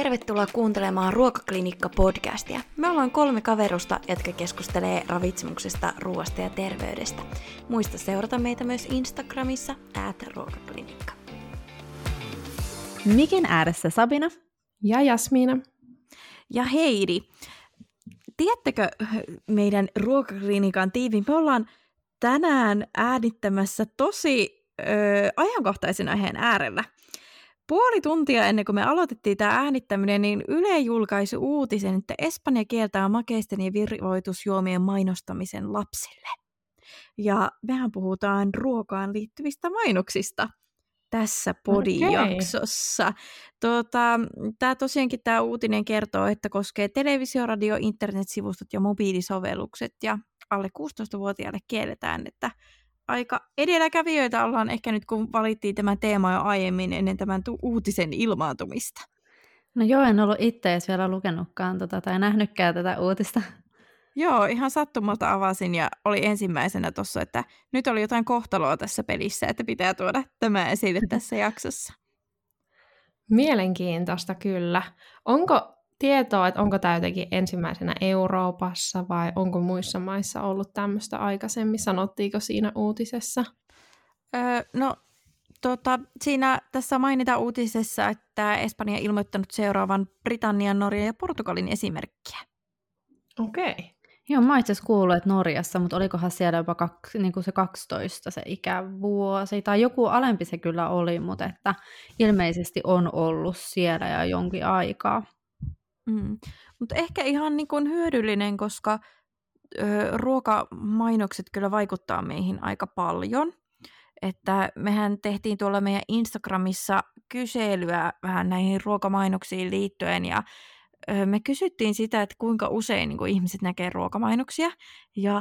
tervetuloa kuuntelemaan Ruokaklinikka-podcastia. Me ollaan 3 kaverusta, jotka keskustelee ravitsemuksesta, ruoasta ja terveydestä. Muista seurata meitä myös Instagramissa @ruokaklinikka. Mikin ääressä Sabina ja Jasmiina ja Heidi. Tiedättekö meidän Ruokaklinikan tiivin? Me ollaan tänään äänittämässä tosi ajankohtaisen aiheen äärellä. Puoli tuntia ennen kuin me aloitettiin tämä äänittäminen, niin Yle julkaisi uutisen, että Espanja kieltää makeisten ja virvoitusjuomien mainostamisen lapsille. Ja mehän puhutaan ruokaan liittyvistä mainoksista tässä podijaksossa. Tämä uutinen kertoo, että koskee televisio, radio, internetsivustot ja mobiilisovellukset. Ja alle 16-vuotiaille kielletään, että aika edelläkävijöitä ollaan ehkä nyt, kun valittiin tämä teema jo aiemmin ennen tämän uutisen ilmaantumista. No joo, en ollut itse edes vielä lukenutkaan tai nähnytkään tätä uutista. Joo, ihan sattumalta avasin ja oli ensimmäisenä tuossa, että nyt oli jotain kohtaloa tässä pelissä, että pitää tuoda tämä esille tässä jaksossa. Mielenkiintoista kyllä. Onko tietoa, että onko tämä jotenkin ensimmäisenä Euroopassa vai onko muissa maissa ollut tämmöistä aikaisemmin? Sanottiinko siinä uutisessa? Siinä tässä mainitaan uutisessa, että Espanja on ilmoittanut seuraavan Britannian, Norjan ja Portugalin esimerkkiä. Okei. Joo, mä itse asiassa kuullut, että Norjassa, mutta olikohan siellä jopa se 12 se ikävuosi, tai joku alempi se kyllä oli, mutta että ilmeisesti on ollut siellä ja jonkin aikaa. Mutta ehkä ihan niin kuin hyödyllinen, koska ruokamainokset kyllä vaikuttaa meihin aika paljon. Että mehän tehtiin tuolla meidän Instagramissa kyselyä vähän näihin ruokamainoksiin liittyen ja me kysyttiin sitä, että kuinka usein niin kuin ihmiset näkee ruokamainoksia ja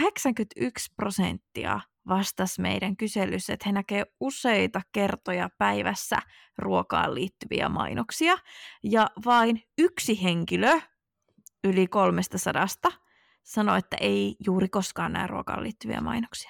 81% vastasi meidän kyselyssä, että he näkee useita kertoja päivässä ruokaan liittyviä mainoksia ja vain yksi henkilö yli 300 sanoi, että ei juuri koskaan näe ruokaan liittyviä mainoksia.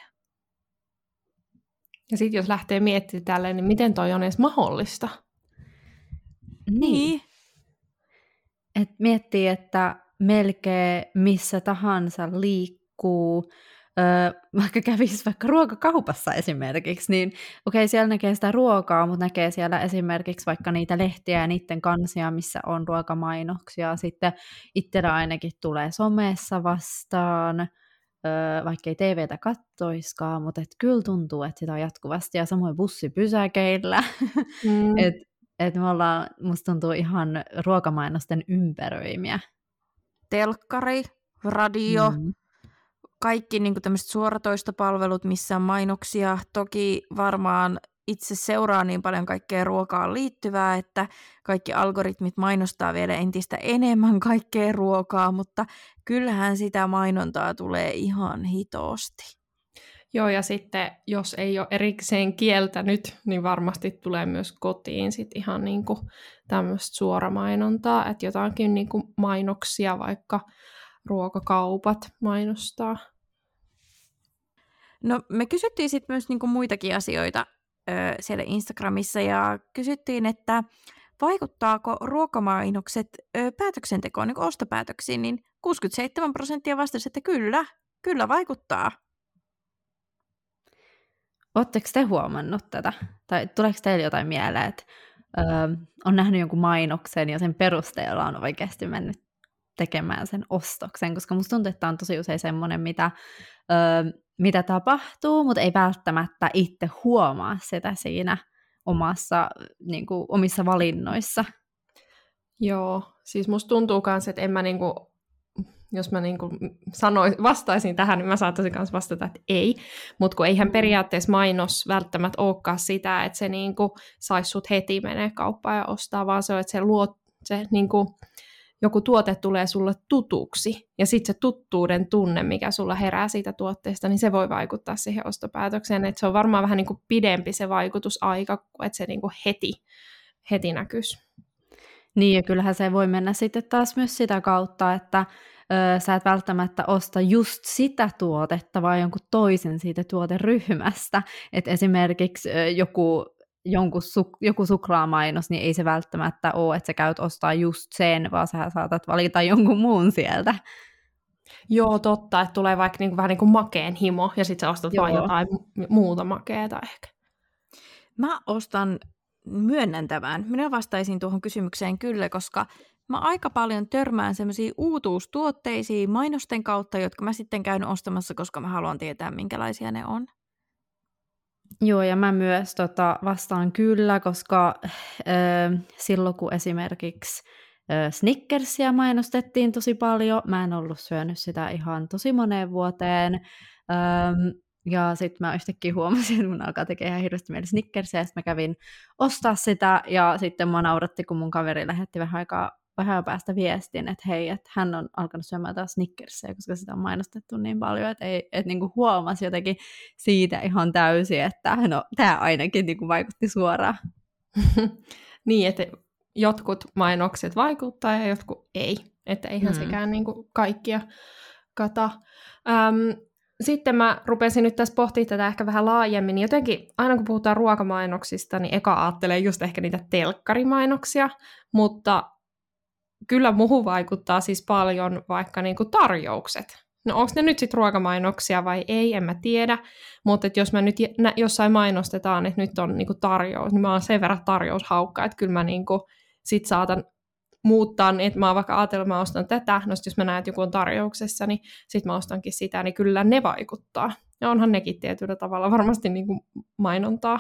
Ja sitten jos lähtee miettimään tälleen, niin miten toi on edes mahdollista? Niin. Et miettii, että melkein missä tahansa liikkuu, vaikka kävisi vaikka ruokakaupassa esimerkiksi, niin okei, siellä näkee sitä ruokaa, mutta näkee siellä esimerkiksi vaikka niitä lehtiä ja niiden kansia, missä on ruokamainoksia. Sitten itsellä ainakin tulee somessa vastaan, vaikka ei TVtä kattoiskaan, mutta kyllä tuntuu, että sitä on jatkuvasti ja samoin bussipysäkeillä. Että me ollaan, musta tuntuu ihan ruokamainosten ympäröimiä. Telkkari, radio, kaikki niin tämmöiset suoratoistopalvelut, missä on mainoksia. Toki varmaan itse seuraa niin paljon kaikkea ruokaan liittyvää, että kaikki algoritmit mainostaa vielä entistä enemmän kaikkea ruokaa, mutta kyllähän sitä mainontaa tulee ihan hitosti. Joo, ja sitten jos ei ole erikseen kieltänyt, niin varmasti tulee myös kotiin sit ihan niinku tämmöistä suoramainontaa, että jotakin niinku mainoksia vaikka ruokakaupat mainostaa. No me kysyttiin sitten myös niinku muitakin asioita siellä Instagramissa ja kysyttiin, että vaikuttaako ruokamainokset päätöksentekoon, niin ostopäätöksiin, niin 67% vastasi, että kyllä vaikuttaa. Oletteko te huomannut tätä? Tai tuleeko teille jotain mieleen, että on nähnyt jonkun mainoksen ja sen perusteella on oikeasti mennyt tekemään sen ostoksen? Koska musta tuntuu, että tämä on tosi usein semmoinen, mitä tapahtuu, mutta ei välttämättä itse huomaa sitä siinä omissa valinnoissa. Joo, siis musta tuntuu myös, että en mä jos mä vastaisin tähän, niin mä saattaisin myös vastata, että ei. Mutta kun eihän periaatteessa mainos välttämättä olekaan sitä, että se saisi sut heti menee kauppaan ja ostaa, vaan se on, että joku tuote tulee sulle tutuksi, ja sitten se tuttuuden tunne, mikä sulla herää siitä tuotteesta, niin se voi vaikuttaa siihen ostopäätökseen. Et se on varmaan vähän pidempi se vaikutusaika, että se heti näkyisi. Niin, ja kyllähän se voi mennä sitten taas myös sitä kautta, että sä et välttämättä osta just sitä tuotetta, vaan jonkun toisen siitä tuoteryhmästä. Et esimerkiksi joku suklaamainos, niin ei se välttämättä ole, että sä käyt ostaa just sen, vaan sä saatat valita jonkun muun sieltä. Joo, totta, että tulee vaikka niinku, vähän niin kuin makeen himo, ja sitten sä ostat vaan jotain muuta makeeta ehkä. Mä myönnän tämän. Minä vastaisin tuohon kysymykseen kyllä, koska mä aika paljon törmään semmoisiin uutuustuotteisiin mainosten kautta, jotka mä sitten käyn ostamassa, koska mä haluan tietää, minkälaisia ne on. Joo, ja mä myös vastaan kyllä, koska silloin kun esimerkiksi Snickersia mainostettiin tosi paljon, mä en ollut syönyt sitä ihan tosi moneen vuoteen, ja sitten mä yhtäkkiä huomasin, että mun alkaa tekemään ihan hirveästi mieli Snickersia, ja sitten mä kävin ostaa sitä, ja sitten mua nauratti, kun mun kaveri lähetti vähän päästä viestin, että hei, että hän on alkanut syömään taas Snickersia, koska sitä on mainostettu niin paljon, että niinku huomasi jotenkin siitä ihan täysin, että no, tämä ainakin niinku vaikutti suoraan. Niin, että jotkut mainokset vaikuttaa ja jotkut ei, että eihän sekään niinku kaikkia kata. Sitten mä rupesin nyt tässä pohtimaan tätä ehkä vähän laajemmin, niin jotenkin aina kun puhutaan ruokamainoksista, niin eka ajattelee just ehkä niitä telkkarimainoksia, mutta kyllä muuhun vaikuttaa siis paljon vaikka niinku tarjoukset. No onko ne nyt sitten ruokamainoksia vai ei, en mä tiedä, mutta jos mä nyt jossain mainostetaan, että nyt on niinku tarjous, niin mä oon sen verran tarjoushaukka, että kyllä mä niinku sit saatan muuttaa, niin että mä oon vaikka ajatellut, että mä ostan tätä, no sit jos mä näen, että joku on tarjouksessa, niin sit mä ostankin sitä, niin kyllä ne vaikuttaa. Ja onhan nekin tietyllä tavalla varmasti niinku mainontaa.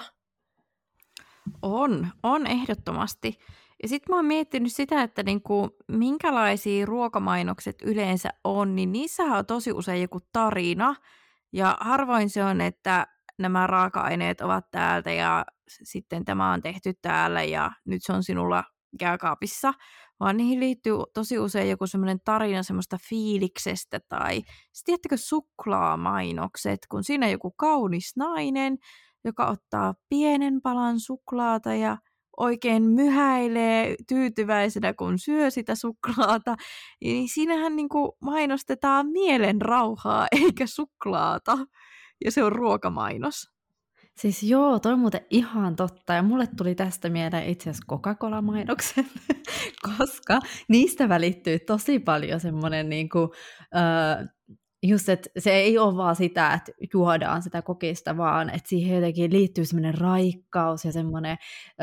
On ehdottomasti. Ja sitten mä oon miettinyt sitä, että niinku, minkälaisia ruokamainokset yleensä on, niin niissähän on tosi usein joku tarina. Ja harvoin se on, että nämä raaka-aineet ovat täältä ja sitten tämä on tehty täällä ja nyt se on sinulla jääkaapissa. Vaan niihin liittyy tosi usein joku semmoinen tarina semmoista fiiliksestä tai tiedättekö suklaamainokset, kun siinä on joku kaunis nainen, joka ottaa pienen palan suklaata ja oikein myhäilee tyytyväisenä, kun syö sitä suklaata, niin siinähän niin kuin mainostetaan mielen rauhaa eikä suklaata, ja se on ruokamainos. Siis joo, toi on muuten ihan totta, ja mulle tuli tästä mieleen itse asiassa Coca-Cola-mainokset, koska niistä välittyy tosi paljon semmoinen niinku, just, että se ei ole vaan sitä, että juodaan sitä kokista, vaan että siihen jotenkin liittyy semmoinen raikkaus ja semmoinen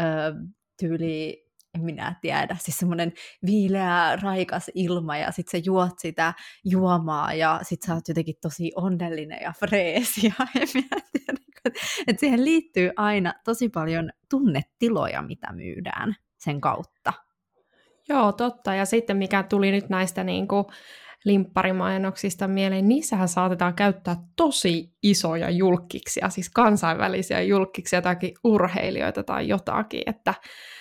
tyyli, en minä tiedä, siis semmoinen viileä, raikas ilma ja sit sä juot sitä juomaa ja sit sä oot jotenkin tosi onnellinen ja freesi ja en minä tiedä, että siihen liittyy aina tosi paljon tunnetiloja, mitä myydään sen kautta. Joo, totta. Ja sitten mikä tuli nyt näistä niinku limpparimainoksista mieleen, niissähän saatetaan käyttää tosi isoja julkkiksia, siis kansainvälisiä julkkiksia, jotakin urheilijoita tai jotakin, että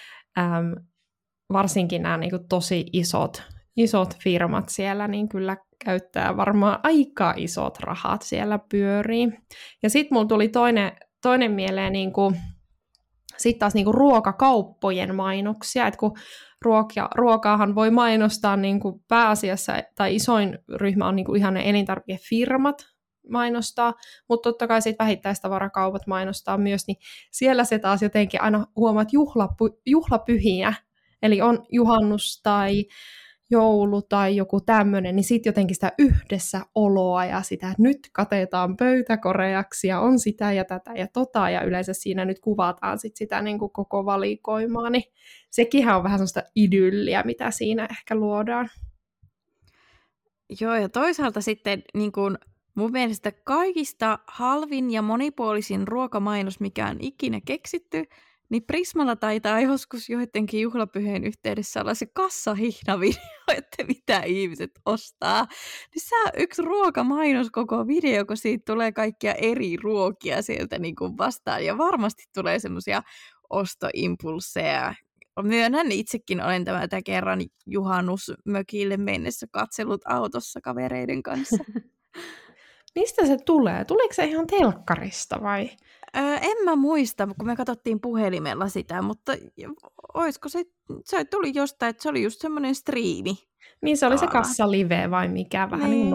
varsinkin nämä niin kuin tosi isot firmat siellä, niin kyllä käyttää varmaan aika isot rahat siellä pyörii. Ja sitten mulla tuli toinen mieleen niin kuin, sit taas niin kuin ruokakauppojen mainoksia, että kun ruokaahan voi mainostaa niin kuin pääasiassa, tai isoin ryhmä on niin kuin ihan ne elintarvikefirmat mainostaa, mutta totta kai sitten vähittäistavarakaupat mainostaa myös, niin siellä se taas jotenkin aina huomaat juhlapyhiä, eli on juhannus tai joulu tai joku tämmöinen, niin sitten jotenkin sitä yhdessä oloa ja sitä, että nyt katetaan pöytäkoreaksi ja on sitä ja tätä ja tota, ja yleensä siinä nyt kuvataan sit sitä niin kuin koko valikoimaa, niin sekinhän on vähän sellaista idylliä, mitä siinä ehkä luodaan. Joo, ja toisaalta sitten niin kuin mun mielestä kaikista halvin ja monipuolisin ruokamainos, mikä on ikinä keksitty, niin Prismalla taitaa joskus joidenkin juhlapyhien yhteydessä olla se kassahihnavideo, että mitä ihmiset ostaa. Niin se on yksi ruokamainos koko video, kun siitä tulee kaikkia eri ruokia sieltä niin kuin vastaan. Ja varmasti tulee semmoisia ostoimpulseja. Myönnän itsekin, olen tätä kerran juhannusmökille mennessä katsellut autossa kavereiden kanssa. Mistä se tulee? Tuleeko se ihan telkkarista vai? En mä muista, kun me katsottiin puhelimella sitä, mutta olisiko se tuli jostain, että se oli just semmoinen striimi. Niin se oli se kassalive vai mikä, vähän niin kuin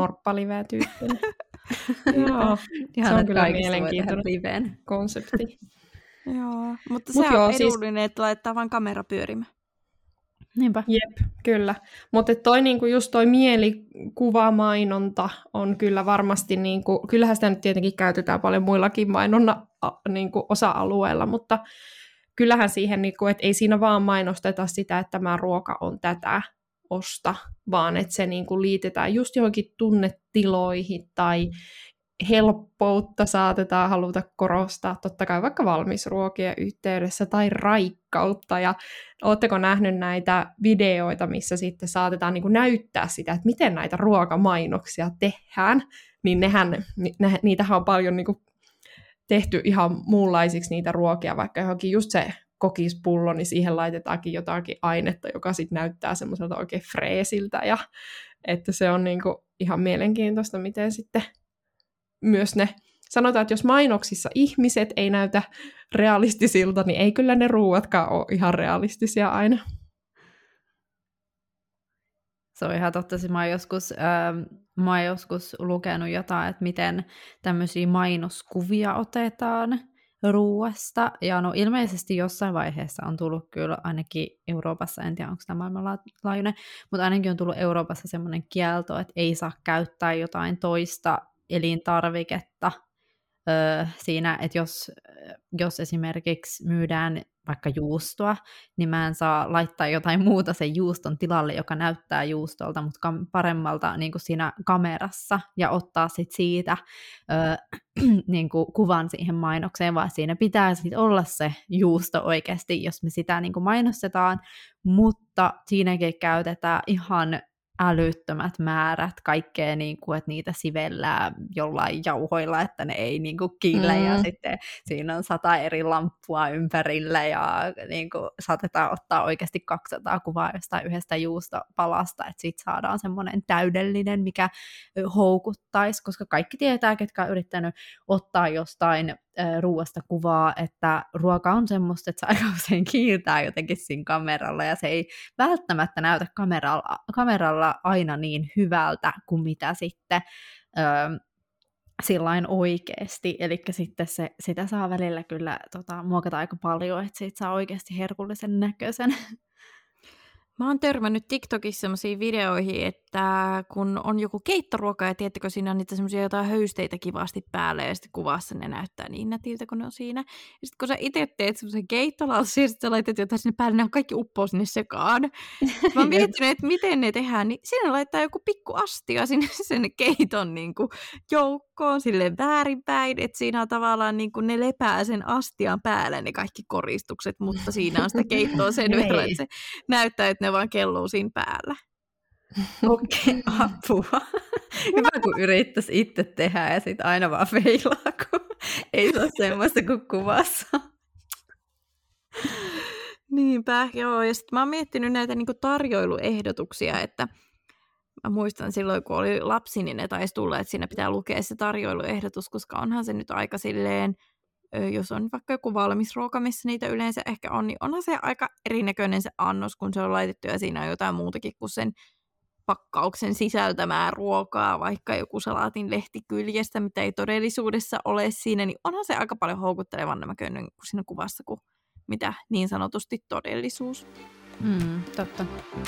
norppalive-tyyppinen. Joo, se on kyllä mielenkiintoinen konsepti. Joo, mutta se on edullinen, että laittaa vaan kamera pyörimään. Niinpä. Jep, kyllä. Mutta niinku just toi mielikuvamainonta on kyllä varmasti, niinku, kyllähän sitä nyt tietenkin käytetään paljon muillakin mainonna niinku osa-alueilla, mutta kyllähän siihen, niinku, että ei siinä vaan mainosteta sitä, että tämä ruoka on tätä, osta, vaan että se niinku liitetään just johonkin tunnetiloihin tai helppoutta saatetaan haluta korostaa, totta kai vaikka valmisruokien yhteydessä, tai raikkautta, ja ootteko nähnyt näitä videoita, missä sitten saatetaan niin kuin näyttää sitä, että miten näitä ruokamainoksia tehdään, niin niitähän on paljon niin kuin tehty ihan muunlaisiksi niitä ruokia, vaikka johonkin just se kokispullo, niin siihen laitetaankin jotakin ainetta, joka sitten näyttää semmoiselta oikein freesiltä, ja että se on niin kuin ihan mielenkiintoista, miten sitten myös ne, sanotaan, että jos mainoksissa ihmiset ei näytä realistisilta, niin ei kyllä ne ruuatkaan ole ihan realistisia aina. Se on ihan totta. Mä oon joskus lukenut jotain, että miten tämmöisiä mainoskuvia otetaan ruuasta. Ja no ilmeisesti jossain vaiheessa on tullut kyllä ainakin Euroopassa, en tiedä onko tämä maailmanlaajuinen, mutta ainakin on tullut Euroopassa semmoinen kielto, että ei saa käyttää jotain toista elintarviketta siinä, että jos esimerkiksi myydään vaikka juustoa, niin mä en saa laittaa jotain muuta sen juuston tilalle, joka näyttää juustolta, mutta paremmalta niin kuin siinä kamerassa, ja ottaa sit siitä niin kuin kuvan siihen mainokseen, vaan siinä pitää sit olla se juusto oikeasti, jos me sitä niin kuin mainostetaan, mutta siinäkin käytetään ihan älyttömät määrät kaikkea, niin kuin, että niitä sivellään jollain jauhoilla, että ne ei niin kuin kiille, ja sitten siinä on 100 eri lamppua ympärillä, ja niin kuin, saatetaan ottaa oikeasti 200 kuvaa jostain yhdestä juustopalasta, että siitä saadaan semmoinen täydellinen, mikä houkuttaisi, koska kaikki tietää, ketkä on yrittänyt ottaa jostain ruuasta kuvaa, että ruoka on semmoista, että se aika usein kiiltää jotenkin siinä kameralla, ja se ei välttämättä näytä kameralla aina niin hyvältä kuin mitä sitten sillain oikeasti, eli sitten sitä saa välillä kyllä muokata aika paljon, että siitä saa oikeasti herkullisen näköisen. Mä oon törmännyt TikTokissa sellaisiin videoihin, että kun on joku keittoruoka ja tiedättekö, siinä on niitä semmoisia jotain höysteitä kivasti päälle ja sitten kuvassa ne näyttää niin nätiltä, kun ne on siinä. Ja sitten kun sä itse teet semmoisen keittolalsin ja sitten sä laitat jotain sinne päälle, ne on kaikki uppoo sinne sekaan. Mä oon miettinyt, että miten ne tehdään, niin siinä laittaa joku pikku astia sinne sen keiton niin kuin joukkoon silleen väärinpäin, että siinä on tavallaan niin kuin ne lepää sen astian päälle ne kaikki koristukset, mutta siinä on sitä keittoa sen verran, että se näyttää, että ne vaan kelluu siinä päällä. Okei, apua. Hyvä, kun yrittäisi itse tehdä ja sitten aina vaan feilaa, kun ei saa semmoista kuin kuvassa. Niinpä, joo. Ja sitten mä oon miettinyt näitä niinku tarjoiluehdotuksia, että mä muistan silloin, kun oli lapsi, niin ne taisi tulla, että siinä pitää lukea se tarjoiluehdotus, koska onhan se nyt aika silleen, jos on vaikka joku valmisruoka, missä niitä yleensä ehkä on, niin onhan se aika erinäköinen se annos, kun se on laitettu ja siinä on jotain muutakin kuin sen pakkauksen sisältämää ruokaa, vaikka joku salaatin lehtikyljestä, mitä ei todellisuudessa ole siinä, niin onhan se aika paljon houkuttelevan näköinen siinä kuvassa kuin mitä niin sanotusti todellisuus. Totta.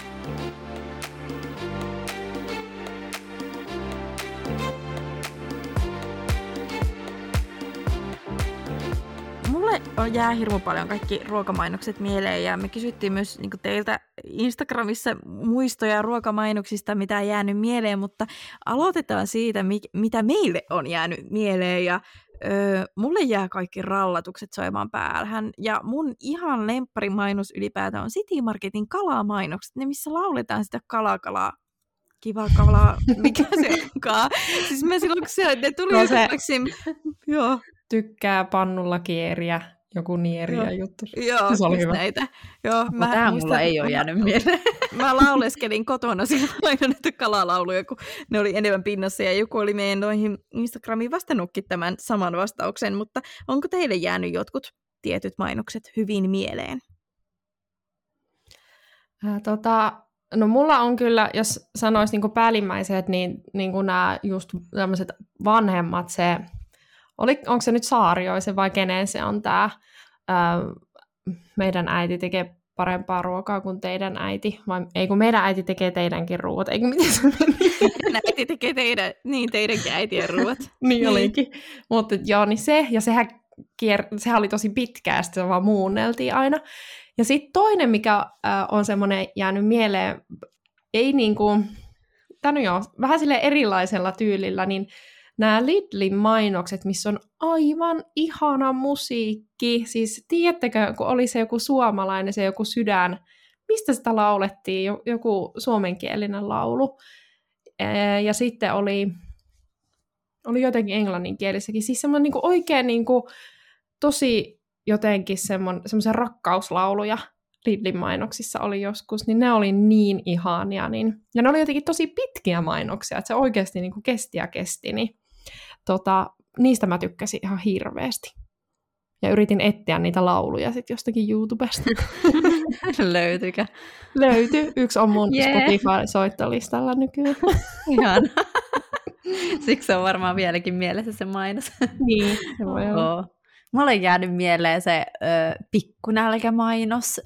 Mulle jää hirveän paljon kaikki ruokamainokset mieleen, ja me kysyttiin myös niin kuin teiltä Instagramissa muistoja ruokamainoksista, mitä on jäänyt mieleen, mutta aloitetaan siitä, mitä meille on jäänyt mieleen, ja mulle jää kaikki rallatukset soimaan päähän, ja mun ihan lempparimainos ylipäätään on City Marketin kalamainokset, ne missä lauletaan sitä kalaa. Kiva kalaa, mikä se onkaan. Siis mä silloin, kun ne tuli joo. Tykkää pannulla kieriä, joku nieriä juttu. Joo, se oli hyvä. Näitä. Joo, tämä mulla ei ole jäänyt mieleen. Mä lauleskelin kotona silloin aina näitä kalalauluja, kun ne oli enemmän pinnassa, ja joku oli meidän noihin Instagramiin vastannutkin tämän saman vastauksen, mutta onko teille jäänyt jotkut tietyt mainokset hyvin mieleen? No mulla on kyllä, jos sanoisi niin kuin päällimmäiset, niin kuin nämä just tämmöiset vanhemmat, onko se nyt Saarioisen vai kenen se on tämä meidän äiti tekee parempaa ruokaa kuin teidän äiti, vai ei kun meidän äiti tekee teidänkin ruuat, eikö miten se meni? Meidän äiti tekee teidänkin äitien ruuat. Niin olikin, mutta joo, niin se, ja sehän oli tosi pitkää, ja sitten se vaan muunneltiin aina. Ja sitten toinen, mikä on semmoinen jäänyt mieleen, ei niinku, vähän silleen erilaisella tyylillä, niin nämä Lidlin mainokset, missä on aivan ihana musiikki. Siis tiedättekö, kun oli se joku suomalainen, se joku sydän, mistä sitä laulettiin, joku suomenkielinen laulu. Ja sitten oli jotenkin englanninkielissäkin. Siis semmoinen niinku oikein niinku, tosi jotenkin semmoisia rakkauslauluja Lidlin mainoksissa oli joskus, niin ne oli niin ihania. Ja ne oli jotenkin tosi pitkiä mainoksia, että se oikeasti niinku kesti, niin niistä mä tykkäsin ihan hirveästi. Ja yritin etsiä niitä lauluja sitten jostakin YouTubesta. Löytyykö? Löytyi. Yksi on mun Spotify-soittolistalla nykyään. Ihan. Siksi on varmaan vieläkin mielessä se mainos. Niin, se voi olla. Mulle on jäänyt mieleen se pikkunälkämainos.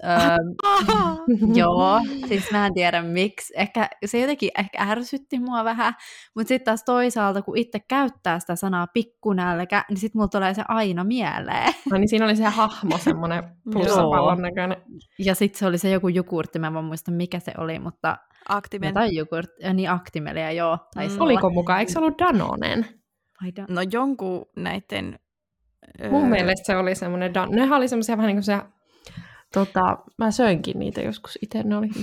Joo, siis mä en tiedä miksi. Se jotenkin ärsytti mua vähän, mutta sitten taas toisaalta, kun itse käyttää sitä sanaa pikkunälkä, niin sitten mulla tulee se aina mieleen. No niin siinä oli se hahmo, semmoinen plussapallon näköinen. Ja sitten se oli se joku jogurtti, mä en vaan muista mikä se oli, mutta... Actimel. Tai jogurtti, niin Actimelia, joo. Oliko mukaan? Eikö se ollut Danonen? No jonkun näiden... Mun mielestä se oli semmoinen, nehän oli semmoisia vähän niin kuin se, mä söinkin niitä joskus itse, ne oli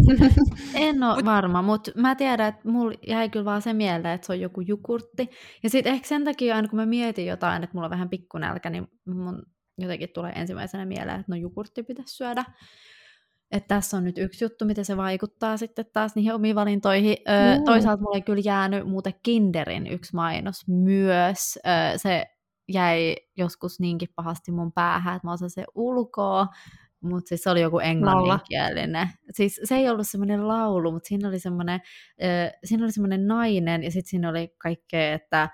En ole varma, mutta mä tiedän, että mulla jäi kyllä vaan se mieleen, että se on joku jogurtti. Ja sitten ehkä sen takia aina kun mä mietin jotain, että mulla on vähän pikkunälkä, niin mun jotenkin tulee ensimmäisenä mieleen, että no jogurtti pitäisi syödä. Että tässä on nyt yksi juttu, miten se vaikuttaa sitten taas niihin omiin valintoihin. Toisaalta mulla ei kyllä jäänyt muuten Kinderin yksi mainos myös. Se jäi joskus niinkin pahasti mun päähän, että mä osasin se ulkoa, mutta siis se oli joku englanninkielinen. Siis se ei ollut semmoinen laulu, mutta siinä oli semmoinen nainen, ja sitten siinä oli kaikkea, että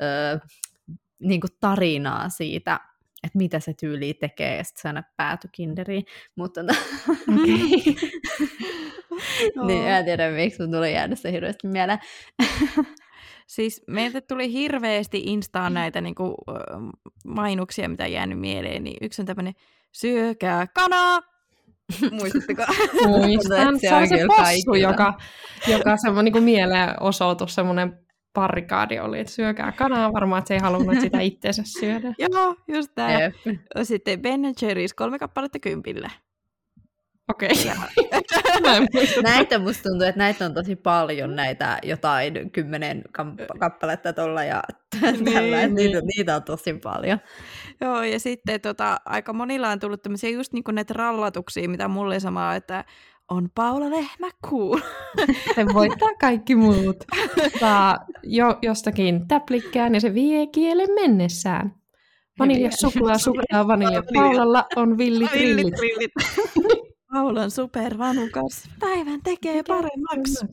niinku tarinaa siitä, että mitä se tyyli tekee, ja sitten se aina päätyi Kinderiin. Mutta niin, en tiedä miksi, mutta tuli jäänyt se hirveästi mieleen. Siis meiltä tuli hirveästi Instaan näitä niinku, mainoksia, mitä on jäänyt mieleen, niin yksi on tämmöinen syökää kanaa. Muistatteko? Muistan. Se on se possu, joka semmoinen niinku mielenosoitus, semmoinen barrikaadi oli, että syökää kanaa. Varmaan, että se ei halunnut sitä itseensä syödä. Joo, just tämä. Sitten Ben & Jerry's 3 kappaletta 10. Okei. Näitä musta tuntuu, että näitä on tosi paljon, näitä jotain 10 kappaletta tuolla ja tällä, niitä on tosi paljon. Joo, ja sitten aika monilla on tullut tämmöisiä just niin kuin näitä rallatuksia, mitä mulle samaa, että on Paula Lehmä cool. Se voittaa kaikki muut. Saa jostakin täplikkään ja se vie kielen mennessään. Vanilja suklaa, vanilja. Paulalla on villit. Paulan supervanukas. Päivän tekee paremmaksi.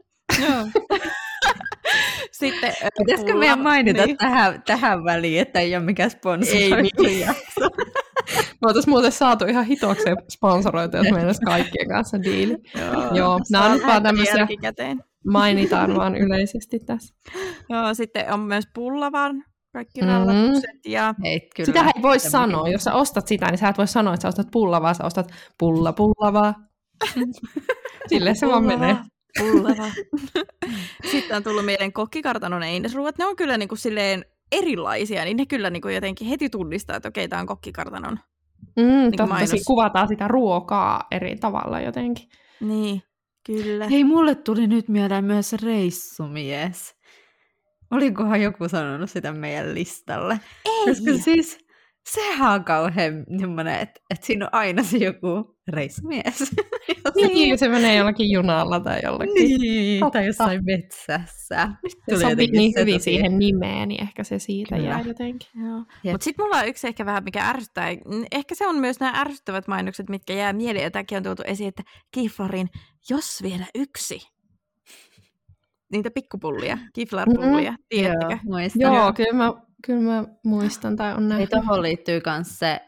Sitten, pitäisikö meidän mainita tähän väliin, että ei ole mikään sponsoroitu jakso? Me oltaisiin muuten saatu ihan hitokseen sponsoroitu, jos meidän kaikkien kanssa diili. Joo, nämä on vaan tämmöisiä, mainitaan vaan yleisesti tässä. Joo, sitten on myös pullavan kaikki rallatukset. Ja... Sitä ei voi sanoa. Jos sä ostat sitä, niin sä et voi sanoa, että sä ostat pullavaa, sä ostat pullavaa. Silleen se vaan menee. Pullavaa. Sitten on tullut mieleen kokkikartanon einesruuat. Ne on kyllä niinku silleen erilaisia, niin ne kyllä niinku jotenkin heti tunnistaa, että okei, tää on kokkikartanon. Totta, kuvataan sitä ruokaa eri tavalla jotenkin. Niin, kyllä. Hei, mulle tuli nyt mieleen myös reissumies. Olikohan joku sanonut sitä meidän listalle? Ei! Koska siis sehän on kauhean semmoinen, että siinä on aina se joku reissumies. Niin, se menee jollakin junalla tai jollakin. Niin, tai jossain metsässä. Se sopii niin hyvin siihen nimeen, niin ehkä se siitä jää jotenkin. Mutta sitten mulla on yksi ehkä vähän, mikä ärsyttää. Ehkä se on myös nämä ärsyttävät mainokset, mitkä jää mieleen. Ja tämäkin on tuotu esiin, että Kiflarin, jos vielä yksi. Niitä pikkupullia, Kiflar-pullia, tiedättekö? Joo, kyllä mä muistan, tai on nähty. Tuohon liittyy myös se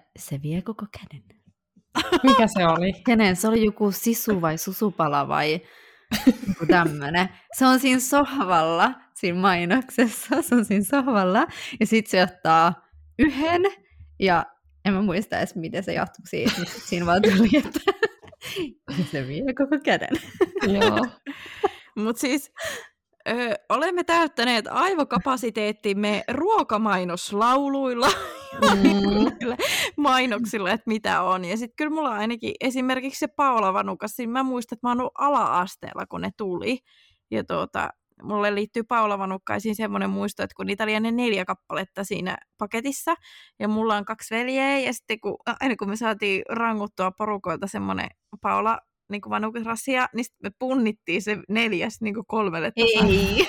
se vie koko käden. Mikä se oli? Kenen? Se oli joku sisu vai susupala vai joku tämmönen. Se on siinä sohvalla, siinä mainoksessa, se on siinä sohvalla, ja sitten se ottaa yhden, ja en mä muista edes, miten se jatkuu siitä, mutta siinä vaan tuli, että se vie koko käden. Joo. Mutta siis olemme täyttäneet aivokapasiteettimme ruokamainoslauluilla, mainoksilla, että mitä on. Ja sitten kyllä mulla ainakin esimerkiksi se Paola Vanukas, niin mä muistan, että mä oon ollut ala-asteella, kun ne tuli. Ja mulle liittyy Paola Vanukkaisiin semmoinen muisto, että kun niitä oli ne 4 kappaletta siinä paketissa, ja mulla on 2 veljeä, ja sitten aina kun me saatiin ranguttua porukoilta semmoinen Paola niin kuin vanukasrasia, niin me punnittiin se 4 niin kuin 3 tasan. Ei.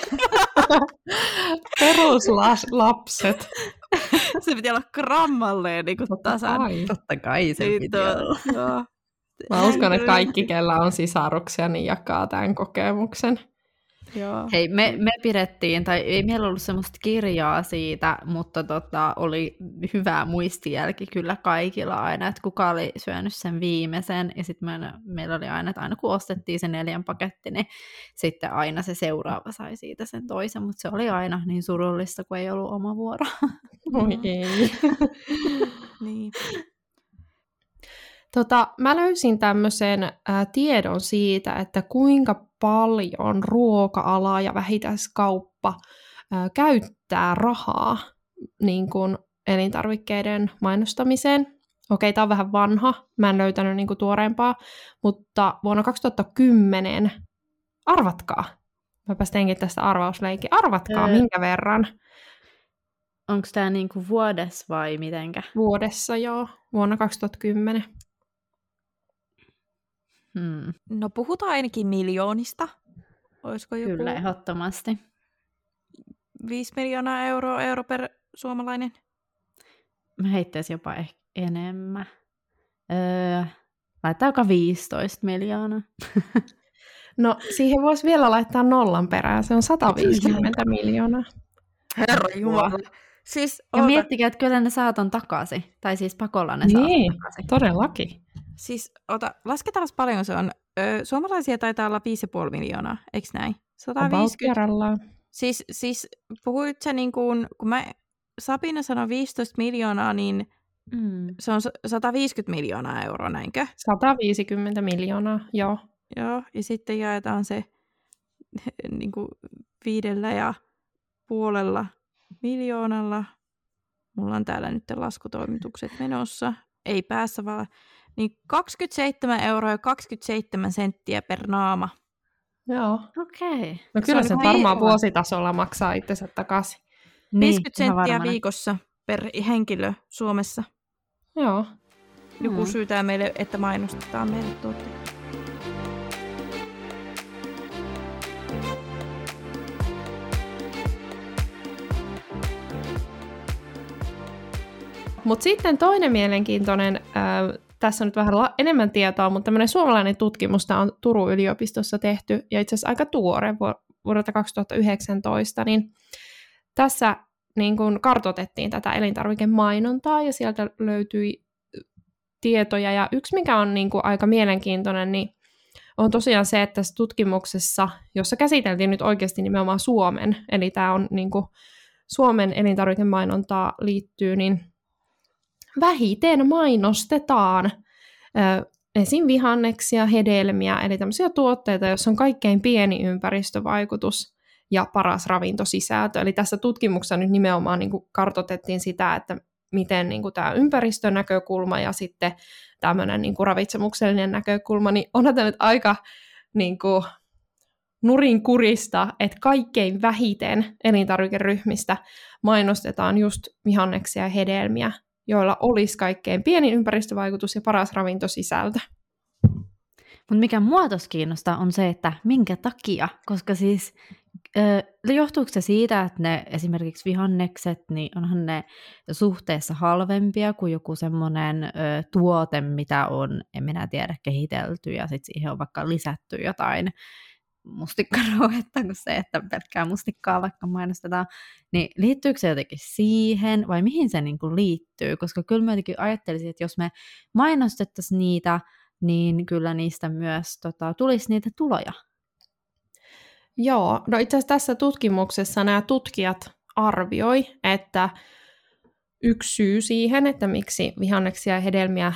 Peruslapset. Se piti olla grammalleen niin kuin tasan. Totta kai se piti olla. Mä uskon, että kaikki, kellä on sisaruksia, niin jakaa tämän kokemuksen. Joo. Hei, me pidettiin, tai ei meillä ollut semmoista kirjaa siitä, mutta oli hyvä muistijälki kyllä kaikilla aina, että kuka oli syönyt sen viimeisen, ja sitten meillä oli aina, että aina kun ostettiin se 4 paketti, niin sitten aina se seuraava sai siitä sen toisen, mutta se oli aina niin surullista, kun ei ollut oma vuoro. Oi ei. Niin. Mä löysin tämmöisen tiedon siitä, että kuinka paljon ruoka-ala ja vähittäiskauppa käyttää rahaa niin kuin elintarvikkeiden mainostamiseen. Okei, tää on vähän vanha, mä en löytänyt niin kuin tuoreempaa, mutta vuonna 2010, arvatkaa, mäpäs teinkin tästä arvausleikin, arvatkaa minkä verran. Onko tämä niinku vuodessa vai mitenkä? Vuodessa, joo, vuonna 2010. No puhutaan ainakin miljoonista. Olisiko joku Kyllä, ehdottomasti. 5 miljoonaa euro per suomalainen? Mä heittäisin jopa enemmän. Laitaanko 15 miljoonaa? No siihen voisi vielä laittaa nollan perään. Se on 150 miljoonaa. Herra Jumala. Siis, ja miettikää, että kyllä ne saa ton takaisin. Tai siis pakolla ne saa takaisin. Todellakin. Siis lasketaan paljon se on. Suomalaisia taitaa olla 5,5 miljoonaa, eikö näin? 150. Siis puhuit sä niin kuin, kun Sabina sanoi 15 miljoonaa, niin se on 150 miljoonaa euroa, näinkö? 150 miljoonaa, joo. Joo, ja sitten jaetaan se niin kuin 5,5 miljoonalla. Mulla on täällä nyt laskutoimitukset menossa. Ei päässä vaan. Niin 27 euroa ja 27 senttiä per naama. Joo. Okei. No kyllä se varmaan vuositasolla maksaa itsensä takaisin. 50 senttiä viikossa per henkilö Suomessa. Joo. Joku syytää meille, että mainostetaan meille tuotteita. Mutta sitten toinen mielenkiintoinen, tässä on nyt vähän enemmän tietoa, mutta tämmöinen suomalainen tutkimusta on Turun yliopistossa tehty, ja itse asiassa aika tuore vuodelta 2019, niin tässä niin kun kartoitettiin tätä elintarvikemainontaa, ja sieltä löytyi tietoja, ja yksi mikä on niin kun aika mielenkiintoinen, niin on tosiaan se, että tässä tutkimuksessa, jossa käsiteltiin nyt oikeasti nimenomaan Suomen, eli tämä on niin kun Suomen elintarvikemainontaa liittyy, niin vähiten mainostetaan esim. Vihanneksia, hedelmiä, eli tämmöisiä tuotteita, joissa on kaikkein pieni ympäristövaikutus ja paras ravintosisältö. Eli tässä tutkimuksessa nyt nimenomaan niin kuin kartoitettiin sitä, että miten niin kuin tämä ympäristön näkökulma ja sitten tämmöinen niin kuin ravitsemuksellinen näkökulma, niin onhan tämä nyt aika niin kuin nurinkurista, että kaikkein vähiten elintarvikeryhmistä mainostetaan just vihanneksia ja hedelmiä, joilla olisi kaikkein pienin ympäristövaikutus ja paras ravintosisältö. Mutta mikä mua tuossa kiinnostaa on se, että minkä takia, koska siis johtuuko se siitä, että ne esimerkiksi vihannekset, niin onhan ne suhteessa halvempia kuin joku semmoinen tuote, mitä on, en minä tiedä, kehitelty ja sitten siihen on vaikka lisätty jotain mustikkarouhetta kuin se, että pelkkää mustikkaa vaikka mainostetaan, niin liittyykö se jotenkin siihen vai mihin se niin kuin liittyy? Koska kyllä mä jotenkin ajattelisin, että jos me mainostettaisiin niitä, niin kyllä niistä myös tulisi niitä tuloja. Joo, no itse asiassa tässä tutkimuksessa nämä tutkijat arvioi, että yksi syy siihen, että miksi vihanneksia ja hedelmiä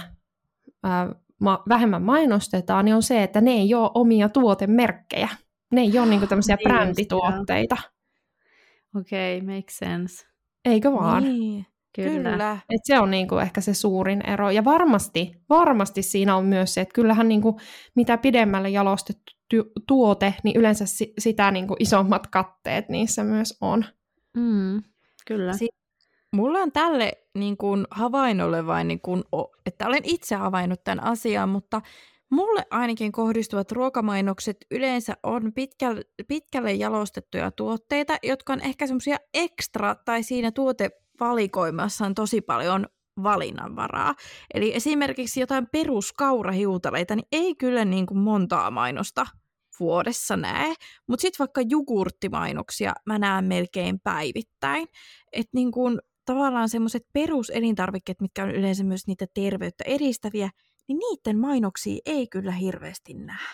vähemmän mainostetaan, niin on se, että ne ei ole omia tuotemerkkejä. Ne ei ole niinku tämmöisiä brändituotteita. Okei, makes sense. Eikö vaan? Niin, kyllä. Et se on niinku ehkä se suurin ero. Ja varmasti siinä on myös se, että kyllähän niinku, mitä pidemmälle jalostettu tuote, niin yleensä sitä niinku isommat katteet niissä myös on. Kyllä. Mulla on tälle niin kuin havainnolle vain, niin kuin, että olen itse havainnut tämän asian, mutta mulle ainakin kohdistuvat ruokamainokset yleensä on pitkälle jalostettuja tuotteita, jotka on ehkä semmoisia ekstra, tai siinä tuotevalikoimassa on tosi paljon valinnanvaraa. Eli esimerkiksi jotain peruskaurahiutaleita, niin ei kyllä niin kuin montaa mainosta vuodessa näe, mutta sitten vaikka jogurttimainoksia mä näen melkein päivittäin. Että niin kuin tavallaan semmoiset peruselintarvikkeet, mitkä on yleensä myös niitä terveyttä edistäviä, niin niiden mainoksia ei kyllä hirveästi näe.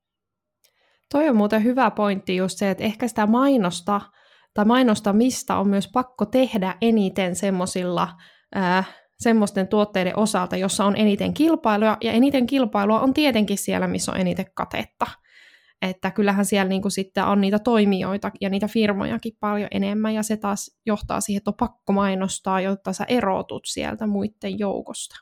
Toi on muuten hyvä pointti just se, että ehkä sitä mainosta tai mainostamista on myös pakko tehdä eniten semmoisten tuotteiden osalta, jossa on eniten kilpailua, ja eniten kilpailua on tietenkin siellä, missä on eniten katetta. Että kyllähän siellä niinku sitten on niitä toimijoita ja niitä firmojakin paljon enemmän, ja se taas johtaa siihen, että on pakko mainostaa, jotta sä erotut sieltä muiden joukosta.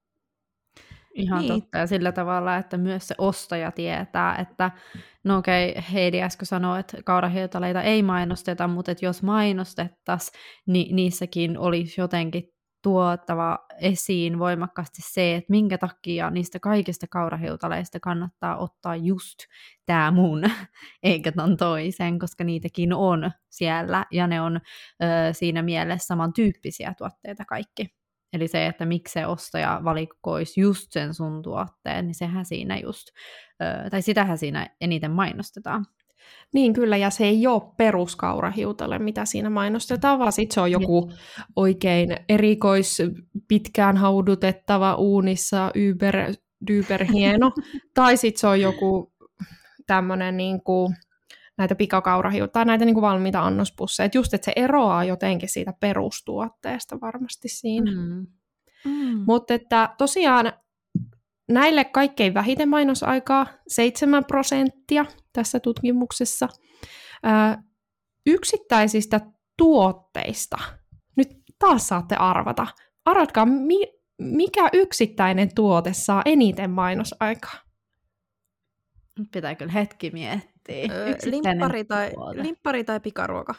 Ihan niin. totta, ja sillä tavalla, että myös se ostaja tietää, että no okei, Heidi äsken sanoi, että kaurahiutaleita ei mainosteta, mutta että jos mainostettaisiin, niin niissäkin olisi jotenkin tuottava esiin voimakkaasti se, että minkä takia niistä kaikista kaurahiutaleista kannattaa ottaa just tämä mun, eikä ton toisen, koska niitäkin on siellä, ja ne on siinä mielessä samantyyppisiä tuotteita kaikki. Eli se, että miksi se ostaja valikoisi just sen sun tuotteen, niin sehän siinä just, tai sitähän siinä eniten mainostetaan. Niin kyllä, ja se ei ole peruskaurahiutale, mitä siinä mainostetaan, vaan sitten se on joku oikein pitkään haudutettava uunissa, dyber hieno, tai sitten se on joku tämmöinen niinku, näitä pikakaurahiutaleita, näitä niinku valmiita annospusseja, että just, että se eroaa jotenkin siitä perustuotteesta varmasti siinä. Mutta että tosiaan näille kaikkein vähiten mainosaikaa, 7% tässä tutkimuksessa, yksittäisistä tuotteista. Nyt taas saatte arvata. Arvatkaa, mikä yksittäinen tuote saa eniten mainosaikaa? Pitää kyllä hetki miettiä. Limppari tai pikaruoka?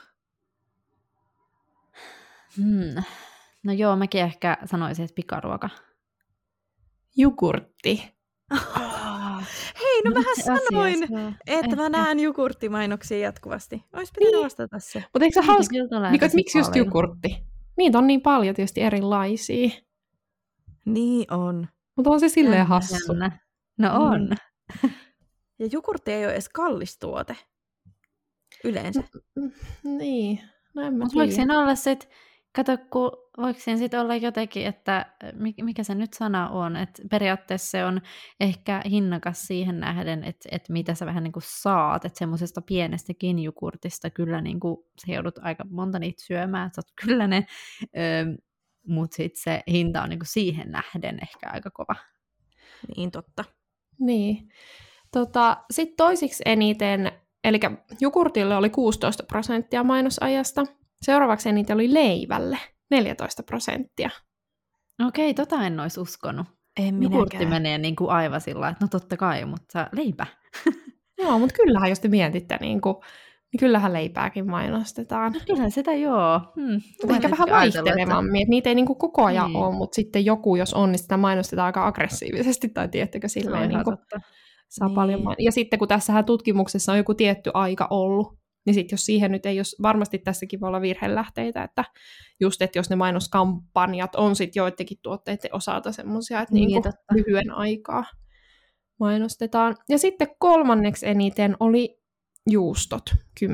No joo, mäkin ehkä sanoisin, että pikaruoka. Jogurtti. Hei, no mähän sanoin, että mä näen jogurttimainoksia jatkuvasti. Olisi pitänyt vastata se. Mutta eikö se hauska, miksi just jogurtti? Niitä on niin paljon tietysti erilaisia. Niin on. Mutta on se silleen hassu. No on. Ja jogurtti ei ole edes kallis tuote. Yleensä. Niin, no en mä tiedä. Voiko siinä olla sit, voiko siinä sitten olla jotenkin, että mikä se nyt sana on, että periaatteessa se on ehkä hinnakas siihen nähden, että mitä sä vähän niin kuin saat, että semmoisesta pienestäkin jogurtista kyllä niin kuin sä joudut aika monta niitä syömään, että sä oot kyllä ne, mutta sitten se hinta on niin kuin siihen nähden ehkä aika kova. Niin, totta. Niin. Sitten toisiksi eniten, eli jogurtille oli 16% mainosajasta, seuraavaksi eniten oli leivälle 14%. Okei, en olisi uskonut. En jogurtti menee niin kuin aivan sillä, että no totta kai, mutta leipä. Joo, mutta kyllähän jos te mietitte, niin kyllähän leipääkin mainostetaan. No, kyllähän sitä joo. Ehkä vähän vaihtelevammin, että niitä ei niin kuin koko ajan ole, mutta sitten joku, jos on, niin sitä mainostetaan aika aggressiivisesti, tai tiedättekö silleen niin kuin saa paljon ja sitten kun tässähän tutkimuksessa on joku tietty aika ollut, niin sitten jos siihen nyt ei ole, varmasti tässäkin voi olla virhelähteitä, että just, että jos ne mainoskampanjat on sitten joidenkin tuotteiden osalta semmoisia, että niin lyhyen aikaa mainostetaan. Ja sitten kolmanneksi eniten oli juustot 10%.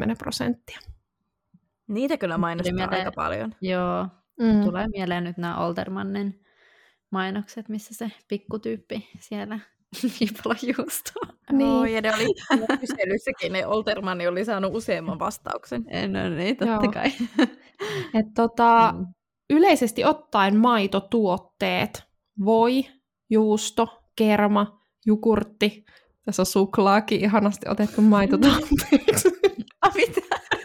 Niitä kyllä mainostetaan aika paljon. Joo, tulee mieleen nyt nämä Oltermannin mainokset, missä se pikkutyyppi siellä hiipala juustoa. Niin. Ja ne oli kyselyssäkin, ne Oltermanni oli saanut useamman vastauksen. No niin, totta kai. Yleisesti ottaen maitotuotteet, voi, juusto, kerma, jogurtti, tässä on suklaakin ihanasti otettu maitotuotteeksi. Mitä?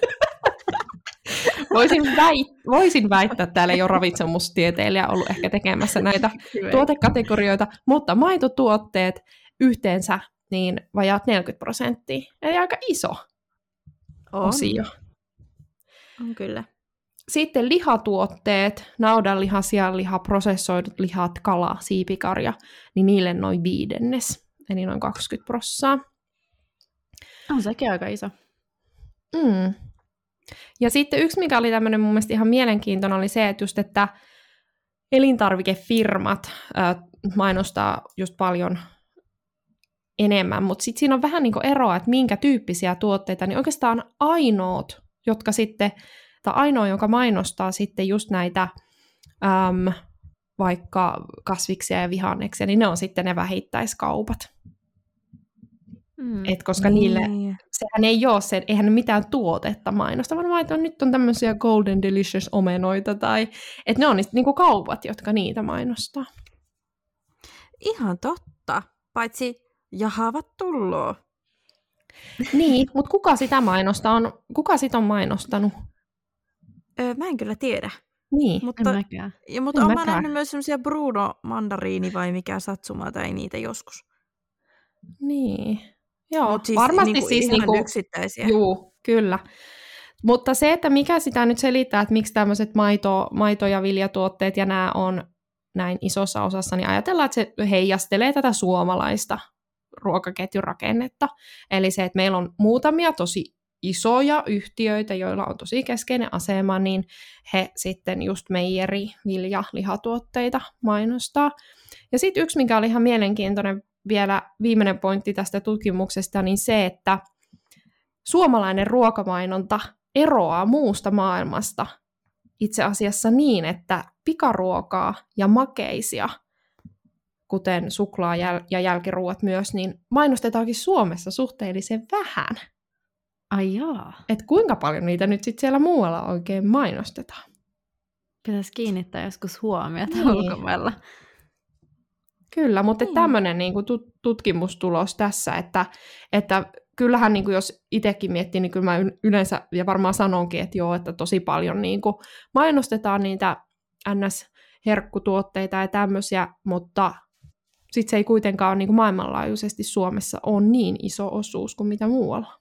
Voisin väittää, että täällä ei ole ravitsemustieteilijä ollut ehkä tekemässä näitä tuotekategorioita, mutta maitotuotteet yhteensä niin vajaat 40%, eli aika iso osio. On kyllä. Sitten lihatuotteet, naudanliha, sianliha, prosessoidut lihat, kala, siipikarja, niin niille noin 1/5, eli noin 20%. On sekin aika iso. Ja sitten yksi, mikä oli tämmöinen mun mielestä ihan mielenkiintoinen, oli se, että just, että elintarvikefirmat mainostaa just paljon enemmän, mutta sitten siinä on vähän niin kuin eroa, että minkä tyyppisiä tuotteita, niin oikeastaan ainoat, jotka sitten, tai ainoa, joka mainostaa sitten just näitä vaikka kasviksia ja vihanneksia, niin ne on sitten ne vähittäiskaupat. Et koska niille, sehän ei ole se, eihän ne mitään tuotetta mainosta, vaan että nyt on tämmöisiä golden delicious omenoita, tai että ne on niinku kaupat, jotka niitä mainostaa. Ihan totta, paitsi jahavat tulloo. Niin, mutta kuka sitä kuka sitä on mainostanut? Mä en kyllä tiedä. Niin, mutta, en mäkään. Mutta olen nähnyt myös semmoisia Bruno mandariini vai mikä satsuma tai niitä joskus. Niin. Joo, siis varmasti niinku siis ihan niinku, yksittäisiä. Juu, kyllä. Mutta se, että mikä sitä nyt selittää, että miksi tämmöiset maito- ja viljatuotteet ja nämä on näin isossa osassa, niin ajatellaan, että se heijastelee tätä suomalaista ruokaketjun rakennetta. Eli se, että meillä on muutamia tosi isoja yhtiöitä, joilla on tosi keskeinen asema, niin he sitten just meijeri, vilja, lihatuotteita mainostaa. Ja sitten yksi, mikä oli ihan mielenkiintoinen vielä viimeinen pointti tästä tutkimuksesta, niin se, että suomalainen ruokamainonta eroaa muusta maailmasta itse asiassa niin, että pikaruokaa ja makeisia, kuten suklaa ja jälkiruuat myös, niin mainostetaankin Suomessa suhteellisen vähän. Ai jaa. Et kuinka paljon niitä nyt sitten siellä muualla oikein mainostetaan? Pitäisi kiinnittää joskus huomiota Niin. ulkomailla. Kyllä, mutta tämmöinen niinku tutkimustulos tässä, että kyllähän niinku, jos itsekin miettii, niin kyllä mä yleensä, ja varmaan sanonkin, että joo, että tosi paljon niinku mainostetaan niitä NS-herkkutuotteita ja tämmöisiä, mutta sitten se ei kuitenkaan ole niinku maailmanlaajuisesti Suomessa on niin iso osuus kuin mitä muualla.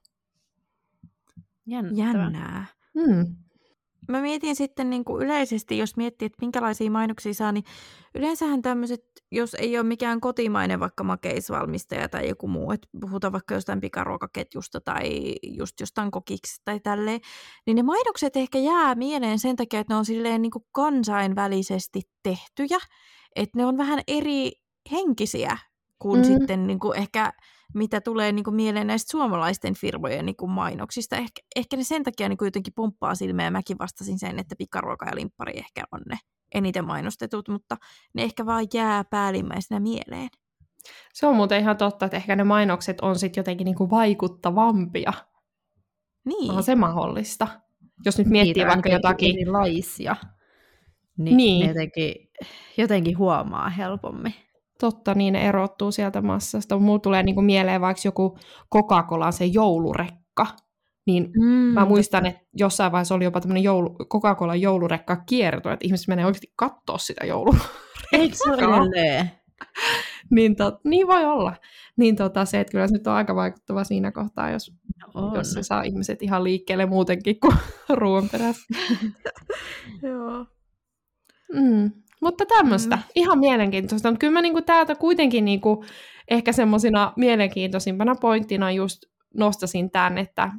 Jännää. Mä mietin sitten niin kuin yleisesti, jos miettii, että minkälaisia mainoksia saa, niin yleensähän tämmöiset, jos ei ole mikään kotimainen vaikka makeisvalmistaja tai joku muu, että puhutaan vaikka jostain pikaruokaketjusta tai just jostain kokiksi tai tälleen, niin ne mainokset ehkä jää mieleen sen takia, että ne on silleen niin kuin kansainvälisesti tehtyjä, että ne on vähän eri henkisiä kuin sitten niin kuin ehkä mitä tulee niin kuin mieleen näistä suomalaisten firmojen niin kuin mainoksista. Ehkä ne sen takia niin kuin jotenkin pomppaa silmeä, ja mäkin vastasin sen, että pikaruoka ja limppari ehkä on ne eniten mainostetut, mutta ne ehkä vaan jää päällimmäisenä mieleen. Se on muuten ihan totta, että ehkä ne mainokset on sitten jotenkin niin kuin vaikuttavampia. Niin. On se mahdollista. Jos nyt miettii vaikka jotakin erilaisia, niin. Ne jotenkin huomaa helpommin. Totta, niin ne erottuu sieltä massasta. Mulla tulee niinku mieleen vaikka joku Coca-Colan se joulurekka. Niin mä muistan, että jossain vaiheessa oli jopa tämmöinen Coca-Colan joulurekka kierto, että ihmiset menee oikeasti katsoa sitä joulurekkaa. Eikö se ole? Niin voi olla. Niin se, että kyllä se nyt on aika vaikuttava siinä kohtaa, jos se saa ihmiset ihan liikkeelle muutenkin kuin ruoan perässä. Joo. Mutta tämmöistä, ihan mielenkiintoista. Mutta kyllä mä niinku täältä kuitenkin niinku ehkä semmoisina mielenkiintoisimpana pointtina just nostasin tämän, että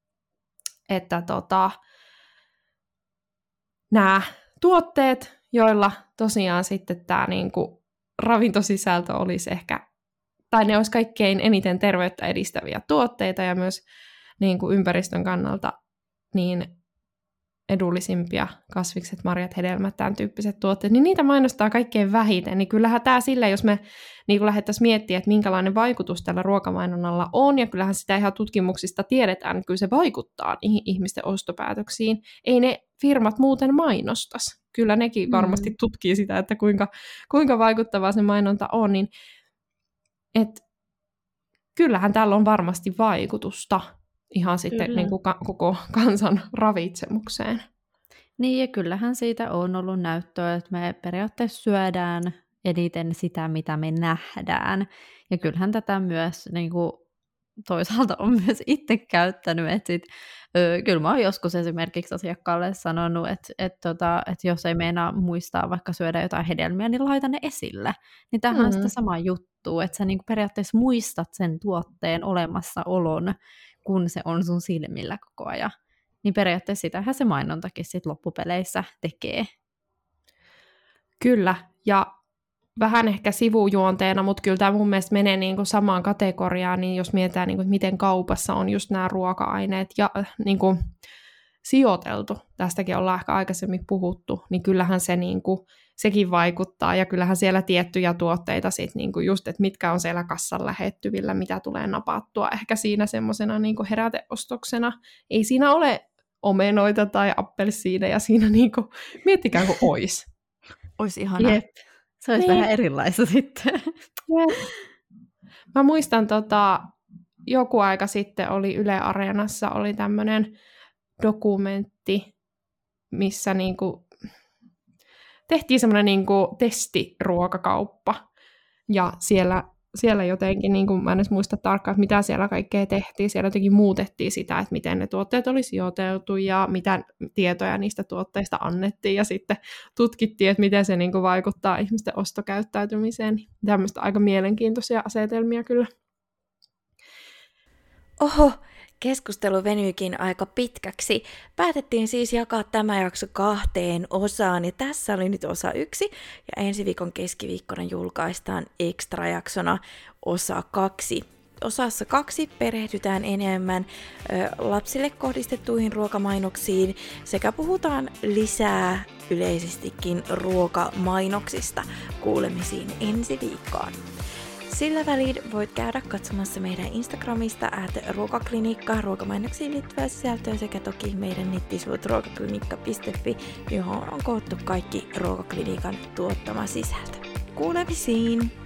nämä tuotteet, joilla tosiaan sitten tämä niinku ravintosisältö olisi ehkä, tai ne olisi kaikkein eniten terveyttä edistäviä tuotteita, ja myös niin kuin ympäristön kannalta niin edullisimpia kasvikset, marjat, hedelmät, tämän tyyppiset tuotteet, niin niitä mainostaa kaikkein vähiten. Niin kyllähän tämä silleen, jos me niin lähdettäisiin miettimään, että minkälainen vaikutus tällä ruokamainonnalla on, ja kyllähän sitä ihan tutkimuksista tiedetään, että kyllä se vaikuttaa ihmisten ostopäätöksiin. Ei ne firmat muuten mainostaisi. Kyllä nekin varmasti tutkii sitä, että kuinka vaikuttavaa se mainonta on. Niin, kyllähän tällä on varmasti vaikutusta ihan sitten niin kuin koko kansan ravitsemukseen. Niin, ja kyllähän siitä on ollut näyttöä, että me periaatteessa syödään eniten sitä, mitä me nähdään. Ja kyllähän tätä myös niin kuin, toisaalta on myös itse käyttänyt. Kyllä mä oon joskus esimerkiksi asiakkaalle sanonut, että jos ei meinaa muistaa vaikka syödä jotain hedelmiä, niin laita ne esille. Niin tämähän on sitä samaa juttua, että sä niin kuin periaatteessa muistat sen tuotteen olemassaolon, kun se on sun silmillä koko ajan. Niin periaatteessa sitähän se mainontakin sit loppupeleissä tekee. Kyllä, ja vähän ehkä sivujuonteena, mutta kyllä tämä mun mielestä menee niin kuin samaan kategoriaan, niin jos mietitään, niin kuin, miten kaupassa on just nämä ruoka-aineet ja niin kuin, sijoiteltu, tästäkin ollaan ehkä aikaisemmin puhuttu, niin kyllähän se niin kuin, sekin vaikuttaa, ja kyllähän siellä tiettyjä tuotteita sit, niin kuin just, että mitkä on siellä kassan lähettyvillä, mitä tulee napattua, ehkä siinä semmoisena niin kuin heräteostoksena. Ei siinä ole omenoita tai appelsiineja siinä, niin kuin, miettikää kun ois. Ois ihanaa. Jep. Se olisi vähän erilaista sitten. Mä muistan, joku aika sitten oli Yle Areenassa oli tämmöinen dokumentti, missä niinku tehtiin semmoinen niinku testiruokakauppa. Ja siellä jotenkin, niinku, mä en edes muista tarkkaan, mitä siellä kaikkea tehtiin. Siellä jotenkin muutettiin sitä, että miten ne tuotteet oli sijoiteltu ja mitä tietoja niistä tuotteista annettiin. Ja sitten tutkittiin, että miten se niinku vaikuttaa ihmisten ostokäyttäytymiseen. Tämmöistä aika mielenkiintoisia asetelmia kyllä. Oho, keskustelu venyykin aika pitkäksi. Päätettiin siis jakaa tämä jakso 2 osaan, ja tässä oli nyt osa 1, ja ensi viikon keskiviikkona julkaistaan extra-jaksona osa 2. Osassa 2 perehdytään enemmän lapsille kohdistettuihin ruokamainoksiin sekä puhutaan lisää yleisestikin ruokamainoksista. Kuulemisiin ensi viikkoon. Sillä välin voit käydä katsomassa meidän Instagramista @ruokaklinikka ruokamainoksiin liittyvää sisältöä sekä toki meidän nettisivut ruokaklinikka.fi, johon on koottu kaikki Ruokaklinikan tuottama sisältö. Kuulemisiin!